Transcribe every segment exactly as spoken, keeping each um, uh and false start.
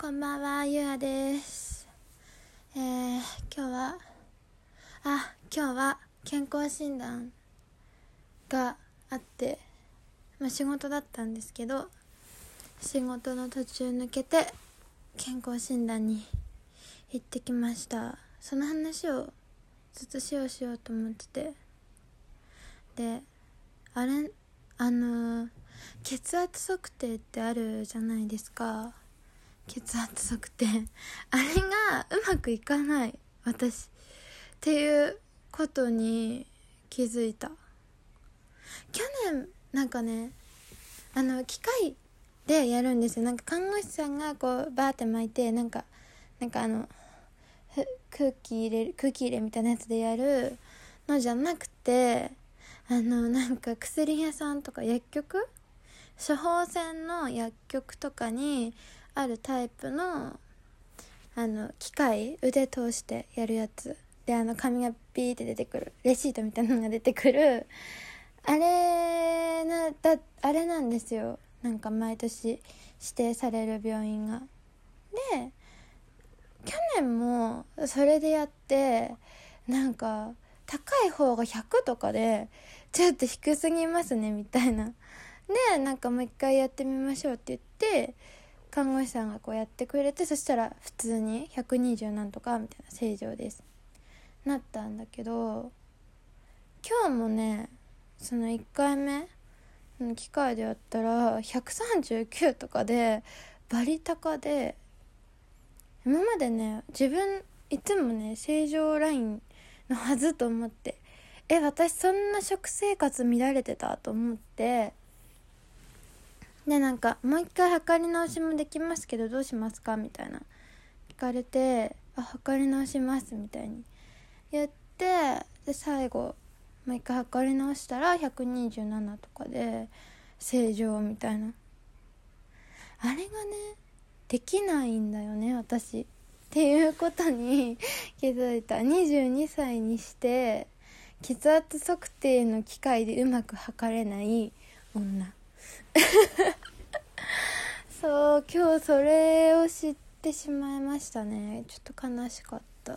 こんばんは、ゆあです。えー、今日はあ今日は健康診断があって、まあ、仕事だったんですけど、仕事の途中抜けて健康診断に行ってきました。その話をずっとしようしようと思ってて、であれあのー、血圧測定ってあるじゃないですか。血圧測定あれがうまくいかない私っていうことに気づいた。去年なんかね、あの機械でやるんですよ。なんか看護師さんがこうバーって巻いて、なんかなんかあの空気入れる空気入れみたいなやつでやるのじゃなくて、あのなんか薬屋さんとか薬局、処方箋の薬局とかにあるタイプのあの機械、腕通してやるやつで、あの紙がビーって出てくるレシートみたいなのが出てくるあれなだあれなんですよ。なんか毎年指定される病院が。で去年もそれでやって、なんか高い方がひゃくとかでちょっと低すぎますねみたいなで、なんかもう一回やってみましょうって言って看護師さんがこうやってくれて、そしたら普通にひゃくにじゅうなんとかみたいな、正常ですなったんだけど、今日もねそのいっかいめの機械でやったらひゃくさんじゅうきゅうとかでバリ高で、今までね自分いつもね正常ラインのはずと思って、え私そんな食生活乱れてたと思って、でなんかもう一回測り直しもできますけどどうしますかみたいな聞かれて、あ測り直しますみたいに言って、で最後もう一回測り直したらひゃくにじゅうななとかで正常みたいな。あれがねできないんだよね私っていうことに気づいた。にじゅうにさいにして血圧測定の機械でうまく測れない女そう今日それを知ってしまいましたね。ちょっと悲しかった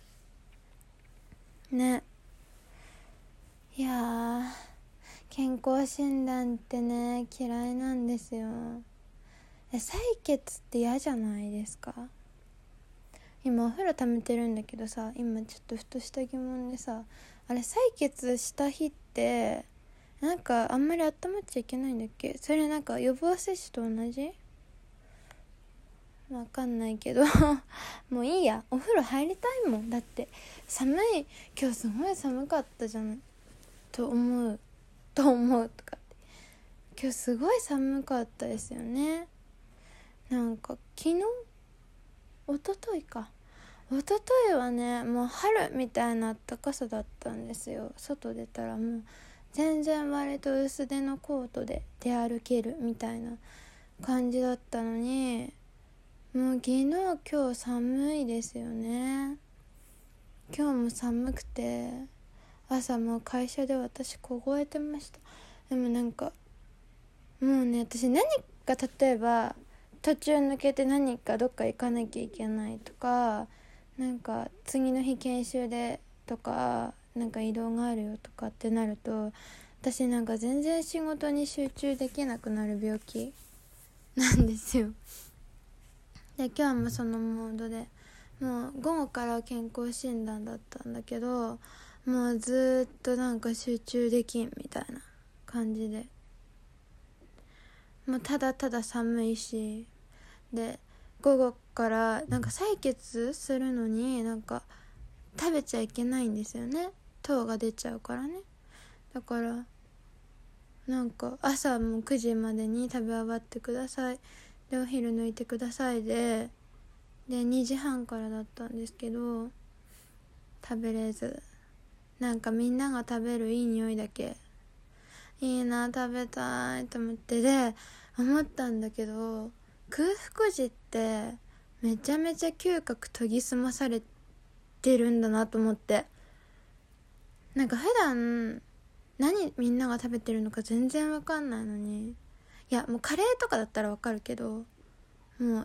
ね。いやー健康診断ってね嫌いなんですよ。採血って嫌じゃないですか。今お風呂溜めてるんだけどさ、今ちょっとふとした疑問でさ、あれ採血した日ってなんかあんまり温まっちゃいけないんだっけ。それなんか予防接種と同じ？わかんないけどもういいや、お風呂入りたいもん。だって寒い、今日すごい寒かったじゃないと思うと思うとかって今日すごい寒かったですよね。なんか昨日一昨日か一昨日はねもう春みたいな暖かさだったんですよ。外出たらもう全然割と薄手のコートで出歩けるみたいな感じだったのに、もう昨日今日寒いですよね。今日も寒くて朝もう会社で私凍えてました。でもなんかもうね私何か例えば途中抜けて何かどっか行かなきゃいけないとか、なんか次の日研修でとかなんか移動があるよとかってなると、私なんか全然仕事に集中できなくなる病気なんですよ。で今日もそのモードで、もう午後から健康診断だったんだけど、もうずっとなんか集中できんみたいな感じで、もうただただ寒いし、で午後からなんか採血するのになんか食べちゃいけないんですよね。糖が出ちゃうからね。だからなんか朝もうくじまでに食べ終わってください、でお昼抜いてくださいででにじはんからだったんですけど食べれず、なんかみんなが食べるいい匂いだけいいな食べたいと思って、で思ったんだけど空腹時ってめちゃめちゃ嗅覚研ぎ澄まされてるんだなと思って、なんか普段何みんなが食べてるのか全然わかんないのに、いやもうカレーとかだったらわかるけど、もう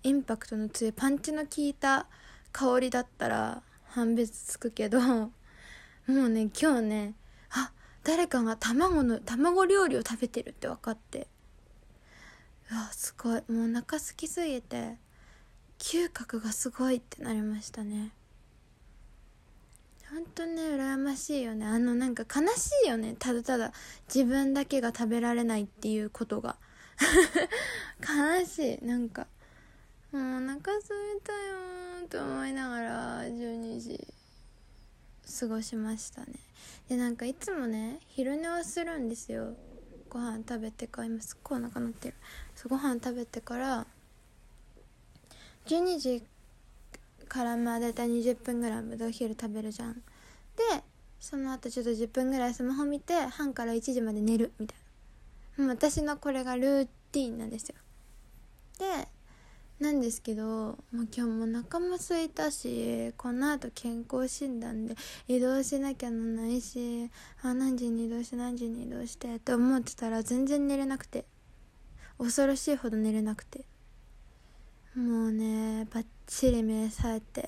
インパクトの強いパンチの効いた香りだったら判別つくけど、もうね今日ね、あ、誰かが卵の卵料理を食べてるって分かって、うわすごい、もうお腹空きすぎて嗅覚がすごいってなりましたね。ほんとね羨ましいよね。あのなんか悲しいよね、ただただ自分だけが食べられないっていうことが悲しい。なんかもうお腹空いたよと思いながらじゅうにじ過ごしましたね。でなんかいつもね昼寝をするんですよ。ご飯食べてから、今すっごいお腹鳴ってる。そう、ご飯食べてからじゅうにじからまあだいたいにじゅっぷんぐらいまでお昼食べるじゃん。でその後ちょっとじゅっぷんぐらいスマホ見て半からいちじまで寝るみたいな、もう私のこれがルーティーンなんですよ。でなんですけど、もう今日もお腹も空いたし、この後健康診断で移動しなきゃならないし、あ、何時に移動して何時に移動してって思ってたら全然寝れなくて、恐ろしいほど寝れなくて、もうねバッチリ目さえて、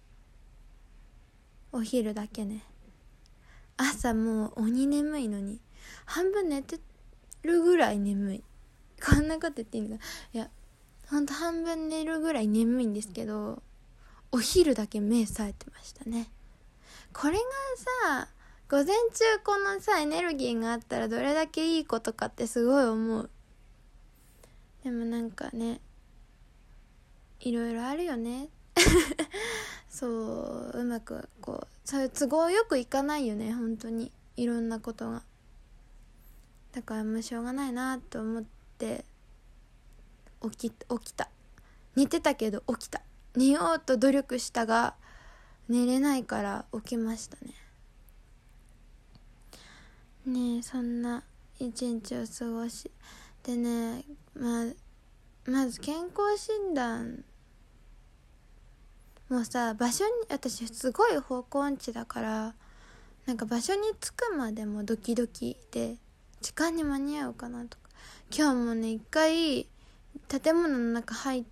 お昼だけね、朝もう鬼眠いのに半分寝てるぐらい眠い。こんなこと言っていいのか、いやほんと半分寝るぐらい眠いんですけど、お昼だけ目冴えてましたね。これがさ、午前中このさエネルギーがあったらどれだけいいことかってすごい思う。でもなんかね、いろいろあるよねそう、うまくこうそういう都合よくいかないよね、本当にいろんなことが。だからもうしょうがないなと思って起き、起きた。寝てたけど起きた。寝ようと努力したが寝れないから起きましたね。ねえ、そんな一日を過ごしでね、まあ、まず健康診断もうさ、場所に、私すごい方向音痴だから、なんか場所に着くまでもドキドキで、時間に間に合うかなとか。今日もね一回建物の中入って、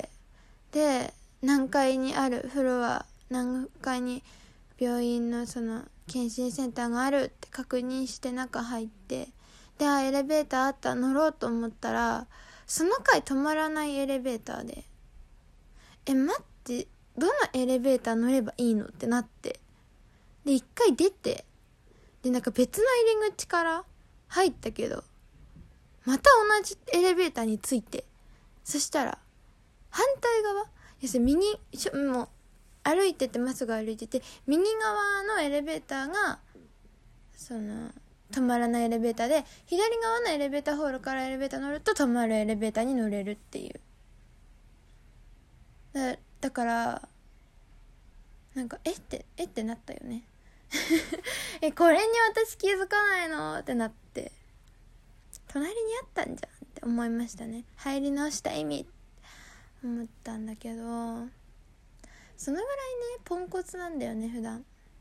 で何階にあるフロア、何階に病院のその検診センターがあるって確認して中入って、でエレベーターあった、乗ろうと思ったらその階止まらないエレベーターで、え待って、どのエレベーター乗ればいいのってなって、で一回出て、でなんか別の入り口から入ったけどまた同じエレベーターに着いて、そしたら反対側、要するに右しょもう歩いててまっすぐ歩いてて、右側のエレベーターがその止まらないエレベーターで、左側のエレベーターホールからエレベーター乗ると止まるエレベーターに乗れるっていう。だ, だからなんかえってえってなったよねえこれに私気づかないのってなって、隣にあったんじゃんって思いましたね。入り直した意味思ったんだけど、そのぐらいねポンコツなんだよね普段。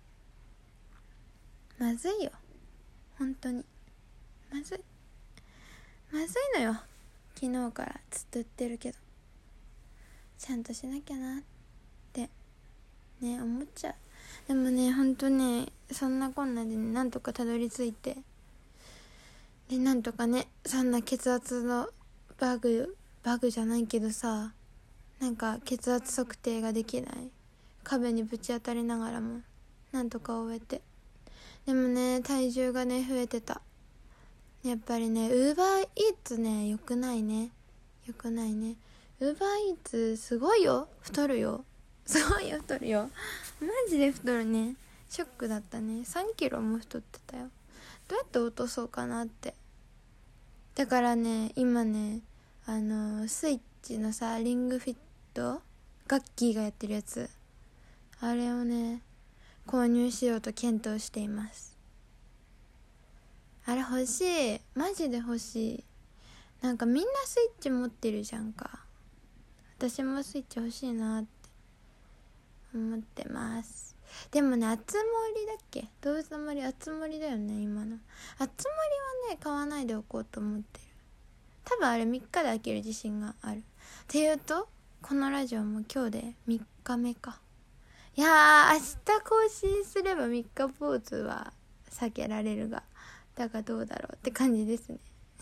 まずいよ本当に、まずいまずいのよ。昨日からずっと言ってるけど、ちゃんとしなきゃなってね思っちゃう。でもね本当ね、そんなこんなでねなんとかたどり着いて、でなんとかね、そんな血圧のバグバグじゃないけどさ、なんか血圧測定ができない壁にぶち当たりながらもなんとか終えて、でもね体重がね増えてた。やっぱりねウーバーイーツね良くないね、良くないね。ウーバーイーツすごいよ、太るよ、すごいよ太るよ、マジで太るね。ショックだったね。さんキロも太ってたよ。どうやって落とそうかなって。だからね今ねあのスイッチのさリングフィット、ガッキーがやってるやつ、あれをね購入しようと検討しています。あれ欲しい、マジで欲しい。なんかみんなスイッチ持ってるじゃんか。私もスイッチ欲しいなって思ってます。でもね、あつ森だっけ、動物の森あつ森だよね今の。あつ森はね買わないでおこうと思ってる。多分あれみっかで飽きる自信がある。っていうとこのラジオも今日でみっかめか。いやー、明日更新すればみっかポーズは避けられるが、だがどうだろうって感じですね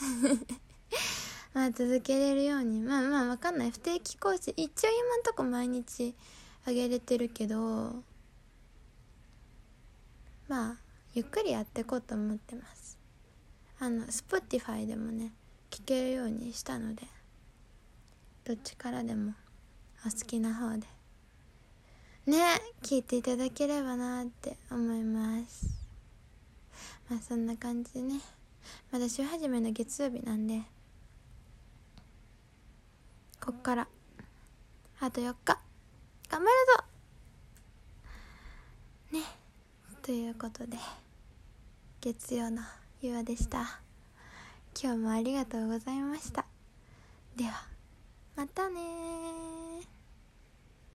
まあ続けれるように、まあまあわかんない、不定期更新一応今んとこ毎日あげれてるけど、まあゆっくりやっていこうと思ってます。あの Spotify でもね聞けるようにしたので、どっちからでもお好きな方でね聞いていただければなって思います。まあそんな感じでね、まだ週始めの月曜日なんで、こっからあとよっか頑張るぞね。ということで月曜のゆあでした。今日もありがとうございました。ではまたね。